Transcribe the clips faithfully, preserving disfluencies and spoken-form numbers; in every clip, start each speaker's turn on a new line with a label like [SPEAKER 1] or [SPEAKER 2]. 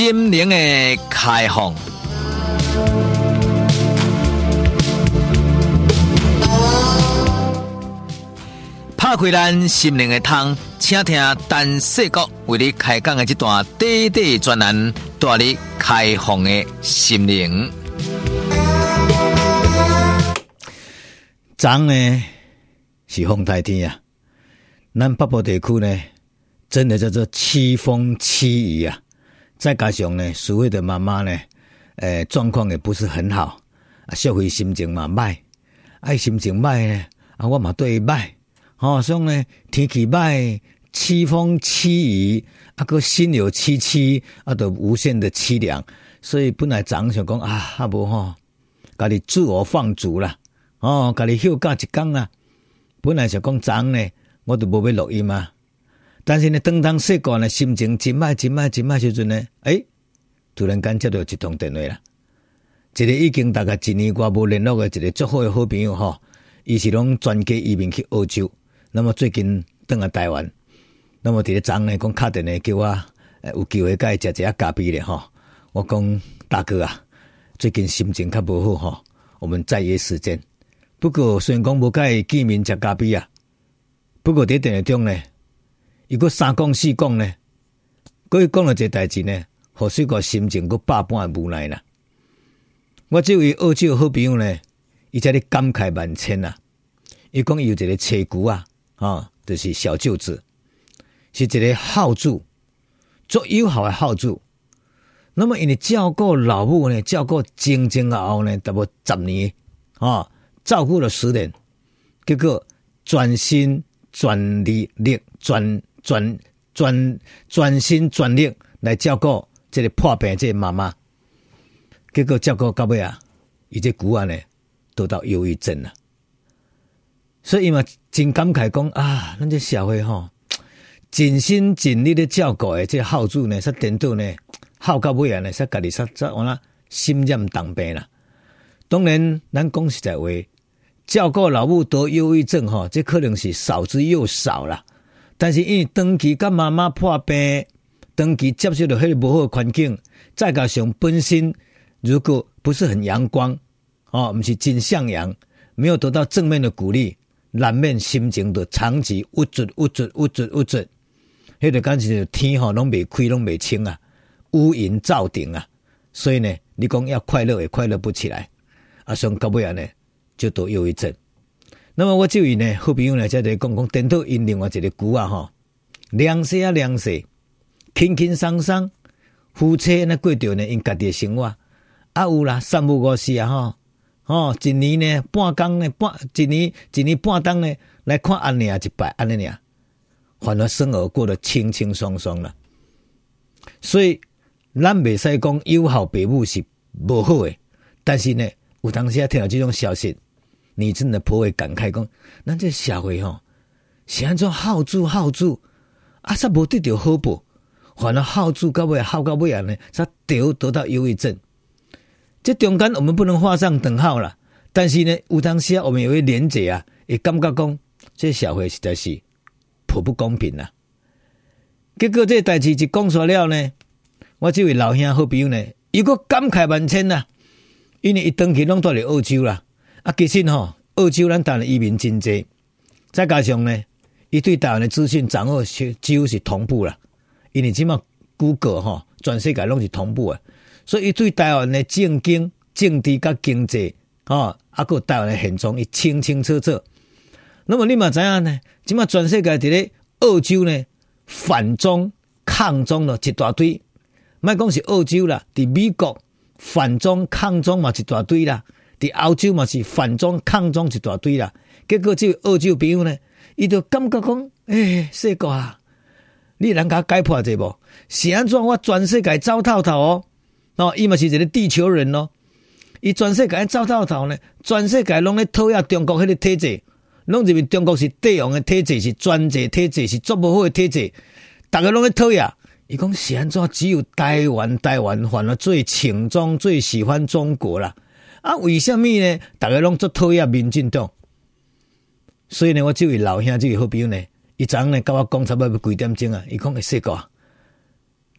[SPEAKER 1] 心灵的开放。拍开咱心灵的窗，请听陈世国为你开讲的这段短短专栏，带你开放的心灵。
[SPEAKER 2] 昨呢是风台天啊，咱北部地区呢真的叫做凄风凄雨啊，再加上呢所谓的妈妈呢，诶状况也不是很好啊，小慧心情嘛歹，爱心情歹呢啊，我嘛对伊歹。哦，所以呢，天气歹，凄风凄雨，啊，个心有戚戚，啊，都无限的凄凉。所以本来昨想讲啊，啊无吼，家己自我放逐啦，哦，家己休假一天啦。本来想讲昨呢，我都无要录音嘛。但是呢，当当说过呢，心情真歹真歹真歹时阵呢，诶，突然间接到一通电话啦，一个已经大概一年多无联络的一个足好的好朋友吼，伊是拢专机移民去澳洲。那么最近回来台湾，那么伫咧昨呢讲敲电话叫我诶有机会甲伊食一下咖啡咧吼。我讲大哥啊，最近心情较无好吼，我们再约时间。不过虽然讲无甲伊见面食咖啡啊，不过伫电话中呢，伊佫三讲四讲呢，佫讲了一个代志呢，互水个心情佫百般无奈啦。我这位澳洲好朋友呢，伊才咧感慨万千啊。伊讲伊有一个妻姑啊。啊，就是小舅子，是一个孝主，足友好的孝主。那么因为照顾老母呢，照顾前前后后呢，差不多十年啊，照顾了十年，结果全心全力力全全全全心全力来照顾这个破病这个妈妈，结果照顾到尾啊，伊这姑啊呢，得到忧郁症了。所以嘛，真感慨讲啊，咱这社会吼，尽心尽力的照顾的这孝主呢，煞颠倒呢，孝到尾啊呢，煞家己煞煞完啦，心染重病啦。当然，咱讲实在话，照顾老母得忧郁症吼，这可能是少之又少啦。但是因为长期甲妈妈破病，长期接受到迄个无好的环境，再加上本身如果不是很阳光，哦，不是真向阳，没有得到正面的鼓励。难免心情就长期郁卒郁卒郁卒郁卒，迄个感觉天吼拢未开拢未清啊，乌云罩顶啊，所以呢，你讲要快乐也快乐不起来，啊，上到尾啊呢就得忧郁症。那么我这位呢好朋友呢，在这讲讲颠倒因另外一个姑啊吼，凉细啊凉细，轻轻松松，夫妻呢过着呢因家己的生活，啊有啦，三不五时啊吼。哦，一年呢，半工呢，半一年一年半冬呢，来看安尼啊一摆安尼啊，反而生活过得轻轻松松了。所以咱袂使讲友好父母是无好的，但是呢，有当时啊听到这种消息，你真的颇为感慨，讲咱这社会吼、哦，是安怎好主好主，啊，煞无得到好报，反而好主到尾好到尾啊呢，煞得得到忧郁症。这中间我们不能画上等号了，但是呢，有当时啊，我们也会连结啊，也感觉讲，这社会实在是颇不公平啦。结果这代志一讲出了呢，我这位老兄好朋友呢，伊个感慨万千啦，因为伊长期拢住伫澳洲啦，啊，其实吼，澳洲咱台湾移民真济，再加上呢，伊对台湾的资讯掌握几乎是同步啦，因为即马 Google 吼，全世界拢是同步啊。所以，伊对台湾的政经、政治甲经济，哦，啊，个台湾的现状，伊清清楚楚。那么你嘛知影呢？即马全世界伫咧澳洲呢，反中、抗中咯一大堆。莫讲是澳洲啦，伫美国反中、抗中嘛一大堆啦，伫欧洲嘛是反中、抗中一大堆啦。结果这位澳洲朋友呢，伊就感觉讲，诶、欸，世哥啊，你能甲解破者无？是安怎我全世界走透透哦？哦，伊嘛是一个地球人咯，伊全世界走透透呢，全世界拢咧讨厌中国迄个体制，拢认为中国是帝王的体制，是专制体制，是足无好的体制，大家拢咧讨厌。伊讲是安怎只有台湾台湾反而最轻中最喜欢中国啦？啊，为什么呢？大家拢足讨厌民进党？所以呢，我这位老兄这位好朋友呢，伊昨呢甲我讲差不多几点钟啊？伊讲会说过，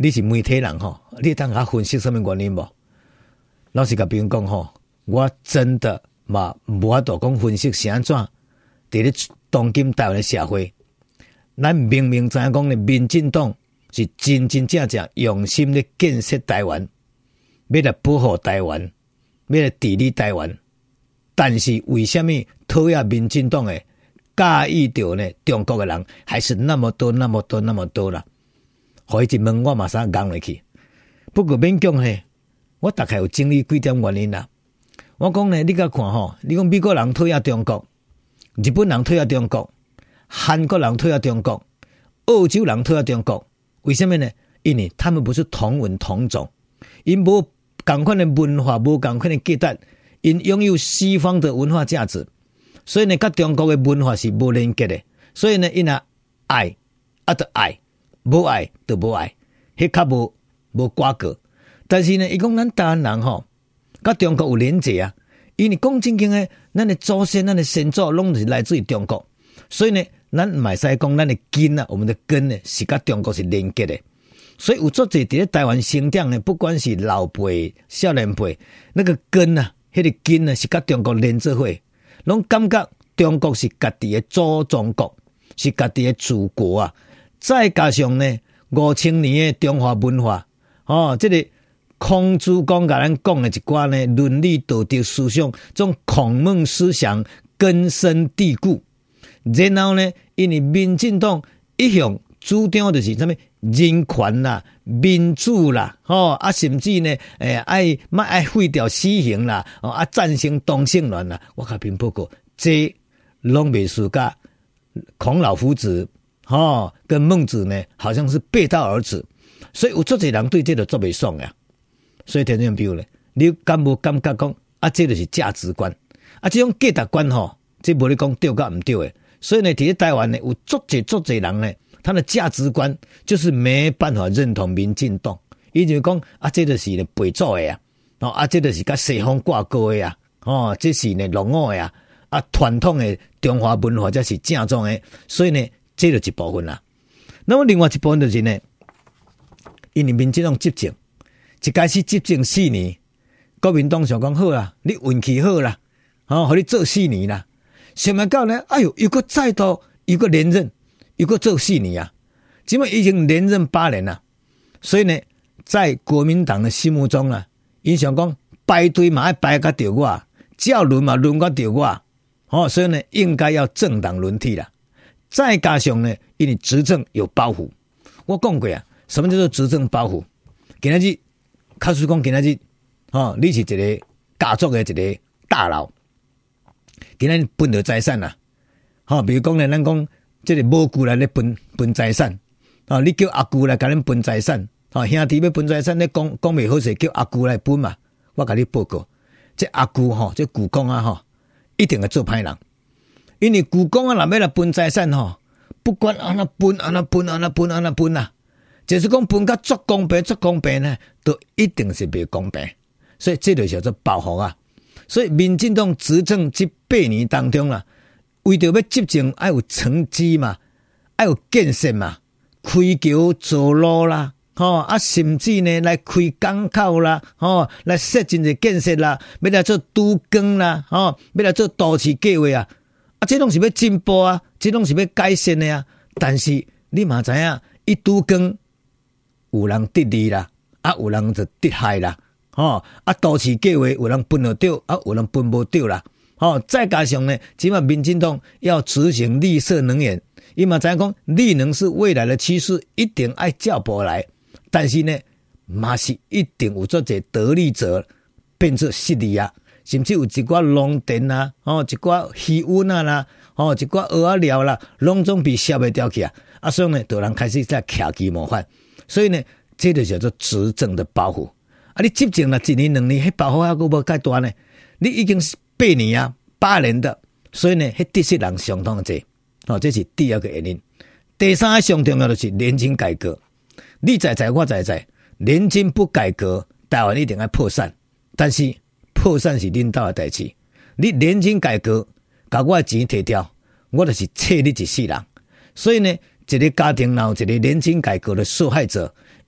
[SPEAKER 2] 你是媒体人吼，你当下分析什么原因无？老实甲别人讲吼，我真的嘛无法度讲分析是安怎。伫咧当今台湾的社会，咱明明知影讲咧，民进党是真真正正用心咧建设台湾，要来保护台湾，要来治理台湾。但是为什么讨厌民进党的介意着呢？中国的人还是那么多、那么多、那么多啦。互伊一问，我马上讲落去。不过勉强呢，我大概有整理几点原因啦。我讲呢，你甲看吼，你讲美国人讨厌中国，日本人讨厌中国，韩国人讨厌中国，澳洲人讨厌中国，为什么呢？因为他们不是同文同种，因无同款的文化，无同款的价值，因拥有西方的文化价值，所以呢，甲中国的文化是无连结的。所以呢，因啊爱啊就爱，无爱就无爱，迄较无无瓜葛。但是呢，伊讲咱台湾人吼，甲中国有连结啊。因为讲真经诶，咱的祖先、咱的先祖拢是来自于中国，所以呢，咱唔系使讲咱的根啊，我们的根呢是甲中国是连结的。所以有足侪伫咧台湾成长呢，不管是老辈、少年辈，那个根啊，迄、那个根呢是甲中国连做伙，拢感觉中国是家己的祖宗国，是家己的祖国啊。再加上呢，五千年的中华文化，哦，这个。孔子讲甲咱讲的一寡呢伦理道德思想，这种孔孟思想根深蒂固。然后呢，因为民进党一向主张就是什么人权啦、民主啦，吼啊，甚至呢，诶，爱莫爱废掉死刑啦，哦啊，赞成同性恋啦。我甲评报告，这拢袂输甲孔老夫子，吼跟孟子呢，好像是背道而驰。所以有足侪人对这个做袂爽呀。所以听众朋友咧，你敢无感觉讲啊？这就是价值观啊！这种价值观吼，这无你讲对甲唔对诶。所以呢，伫台湾呢，有足侪足侪人呢，他的价值观就是没办法认同民进党。伊就讲啊，这就是呢背祖诶啊，哦啊，这就是甲西方挂钩诶啊，哦，这是呢落伍诶啊，啊传统诶中华文化才是正宗诶。所以呢，这就一部分啦。那么另外一部分就是呢，因为民进党执政。一开始执政四年，国民党想讲好啦，你运气好啦，哦，互你做四年啦。想不到呢，哎呦，又个再度又个连任，又个做四年啊，即么已经连任八年了。所以呢，在国民党的心目中啊，因想讲排队嘛要排甲着我，教轮嘛轮甲着我，哦，所以呢，应该要政党轮替啦。再加上呢，因为执政有包袱，我讲过啊，什么叫做执政包袱？今仔日。假使讲今仔日，哦，你是一个家族的一个大佬，今仔日分到财产啦，吼、哦，比如讲咧，咱讲即个母舅来咧分分财产，哦，你叫阿舅来甲恁分财产，哦，兄弟要分财产，你讲讲袂好势，叫阿舅来分嘛，我甲你报告，这阿舅吼，这舅公啊吼，一定会做歹人，因为舅公啊，若要来分财产吼，不管安那分安那分安那分安那分啊。就是讲分甲足公平足公平呢，都一定是袂公平，所以这就叫做报复啊。所以民进党执政这八年当中啦，为着要执政，要有成绩嘛，要有建设嘛，开桥造路啦，吼啊，甚至呢来开港口啦，吼来设真侪建设啦，要来做都更啦，吼要来做都市计划啊，啊，这拢是要进步啊，这拢是要改善的啊。但是你嘛知影，一都更。有人得利啦，啊有人就得害啦，吼啊都市计划有人分得到，啊有人分不到啦，吼再加上呢，起码民进党要执行绿色能源，伊嘛知影讲绿能是未来的趋势，一定爱照步来，但是呢，嘛是一定有做者得利者变作失利啊，甚至有一寡农田啊，吼一寡渔温啊啦，吼一寡蚵仔料啦，拢总被消灭掉去啊，啊所以呢，有人开始在徛其模范。所以呢，这就叫做执政的包袱。啊，你执政了一年两年，迄包袱还佫无介大呢。你已经是八年啊，八年的，所以呢，迄得失人相当济。哦，这是第二个原因。第三个上重要的是年金改革。你在在，我在在，年金不改革，台湾一定要破产。但是破产是领导的代志。你年金改革，把我的钱摕掉，我就是切你一世人。所以呢。一个家庭然后一个年金改革的受害者，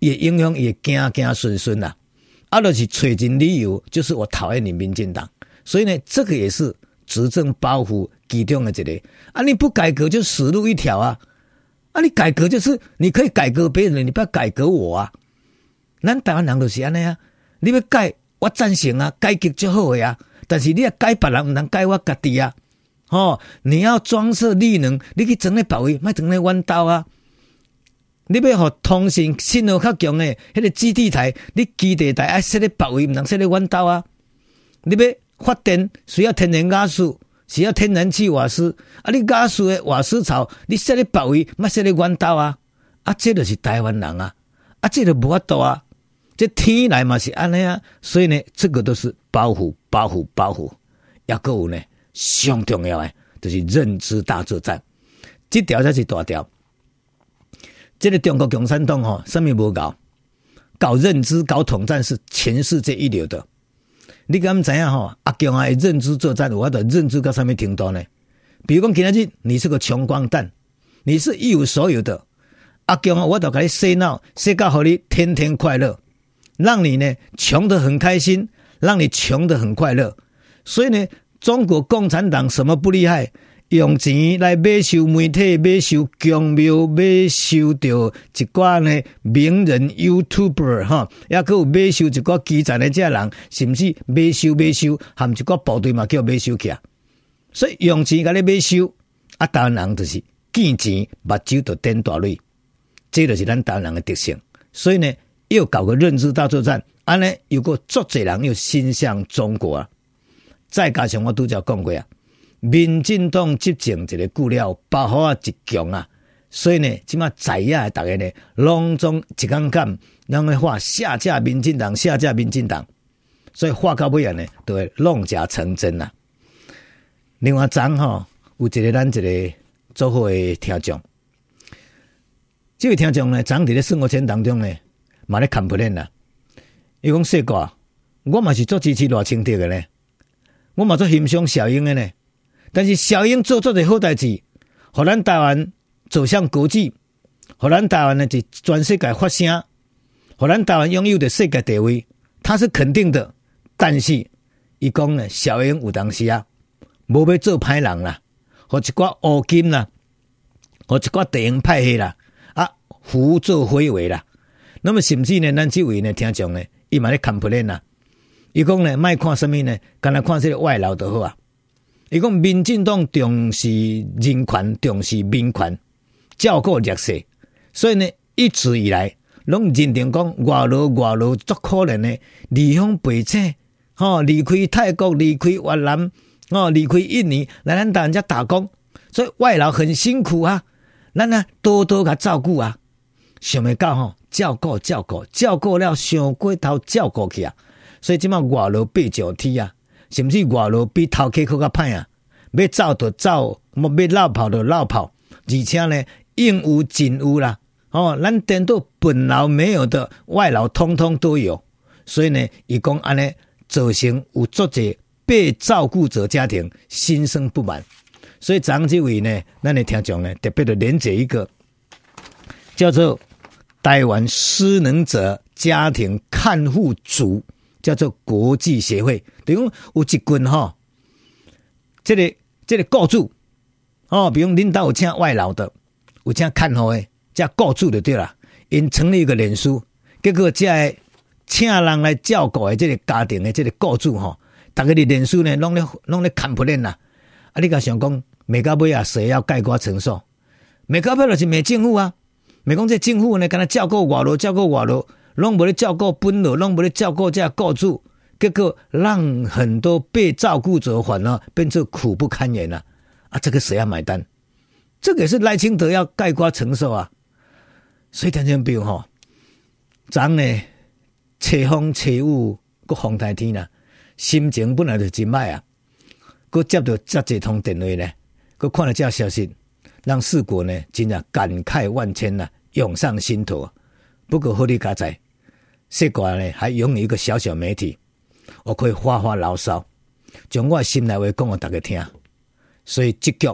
[SPEAKER 2] 也影响也行行顺顺啦。啊，就是找尽理由，就是我讨厌你民进党。所以呢，这个也是执政包袱其中的一个。啊，你不改革就死路一条啊！啊，你改革就是你可以改革别人，你不要改革我啊！咱台湾人就是安尼啊，你要改我赞成啊，改革就好的啊。但是你要改别人，不能改我家己啊！哦，你要装设绿能，你去装咧别位，莫装咧阮兜啊！你要互通信信号较强的迄个基地台，你基地台爱设咧别位，不能设咧阮兜啊！你要发电需要天然瓦斯，需要天然气瓦斯，啊，你瓦斯的瓦斯槽，你设咧别位，莫设咧阮兜啊！啊，这就是台湾人啊！啊，这就无法度啊！这天来嘛是安尼啊！所以呢，这个都是保护、保护、保护，也个有呢上重要的，就是认知大作战。这条才是大条。这个中国共产党吼，什么无搞？搞认知、搞统战是全世界一流的。你敢知影吼？阿强啊，认知作战有法度认知到什么程度呢？比如讲，今仔日你是个穷光蛋，你是一无所有的，阿强啊，我都给你洗脑，洗到让你天天快乐，让你呢穷得很开心，让你穷得很快乐。所以呢，中国共产党什么不厉害？用钱来买收媒体，买收公庙，买收到一寡呢名人 YouTuber 哈，也佮有买收一寡基层的这人，甚至买收买收，含一寡部队嘛叫买收起啊。所以用钱甲你买收，啊，台湾人就是见钱目睭就点大蕊，这就是咱台湾人的特性。所以呢，又搞个认知大作战，安尼有个足侪人又心向中国啊。再加上我拄则讲过啊。民进党执政一个久了，包袱啊一强啊，所以呢，即马在野的大家呢，拢总一竿竿，让个话下架民进党，下架民进党，所以话到尾啊呢，都会弄假成真啊。另外，昨吼有一个咱一个做好的听众，这位听众呢，昨伫咧生活圈当中呢，嘛咧complain啦，伊讲说过，我嘛是做支持赖清德的呢，我嘛做欣赏小英的呢。但是小英做做的好代志，互咱台湾走向国际，互咱台湾呢是全世界发声，互咱台湾拥有的世界地位，他是肯定的。但是伊讲呢，小英有当时啊，无要做歹人啦，互一寡乌金啦，互一寡地方派系啦，啊，胡作非为啦。那么甚至呢，咱这位呢听众呢，伊嘛咧 complain 啦，伊讲呢，莫看什么呢，干那看这个外劳就好啊。伊讲民进党重视人权，重视民权，照顾弱势，所以呢，一直以来拢认定讲外劳外劳足可怜的，离乡背井，吼、哦、离开泰国，离开越南，哦离开印尼来咱台湾遮打工，所以外劳很辛苦啊，咱呢多多甲照顾啊，想袂到吼照顾照顾照顾了上过头照顾去啊，所以即马外劳爬上天啊。甚至外劳比头家更较歹啊！要走就走，莫要落跑就落跑，而且呢，应有尽有啦。哦，咱颠倒本劳没有的外劳，通通都有。所以呢，伊讲安尼造成有足侪被照顾者家庭心生不满。所以昨这位呢，咱的听众呢，特别的连接一个叫做台湾失能者家庭看护组。叫做国际协会，比如有一群吼，这个这个雇主哦，比如领导有请外劳的，有请看护的，这雇主就对了。因成立一个脸书，结果这个请人来照顾的这个家庭的这个雇主吼，大家的脸书呢，拢咧拢咧complain啦。啊，你甲想讲，每到尾啊，谁要盖瓜承受？每到尾就是美政府啊，美讲这政府呢，敢若照顾外劳，照顾外劳。拢无咧照顾本劳，拢无咧照顾这雇主，结果让很多被照顾者反而变成苦不堪言了啊！啊，这个谁要买单？这个也是赖清德要概括承受啊！所以听众朋友吼，昨呢吹风吹雨，佮风台天啦，心情本来就真歹啊，佮接到这几通电话呢，佮看到这消息，让四国呢真正感慨万千呐、啊，涌上心头。不过好你家在。世界呢还拥有一个小小媒体，我可以发发牢骚，将我心内话讲给大家听。所以这局、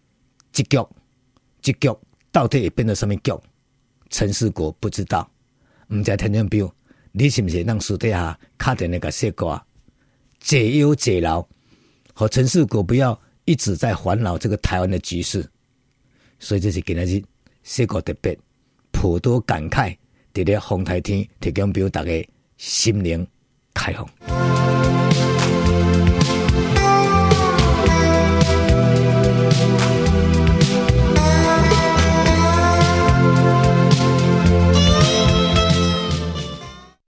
[SPEAKER 2] 这局、这局到底会变成什么局？陈世国不知道， 毋知听众朋友，你是毋是让私底下敲电话甲说歌，解忧解劳，和陈世国不要一直在烦恼这个台湾的局势。所以这是今日说歌特别，颇多感慨，伫咧风台天，提供表大家心灵开放。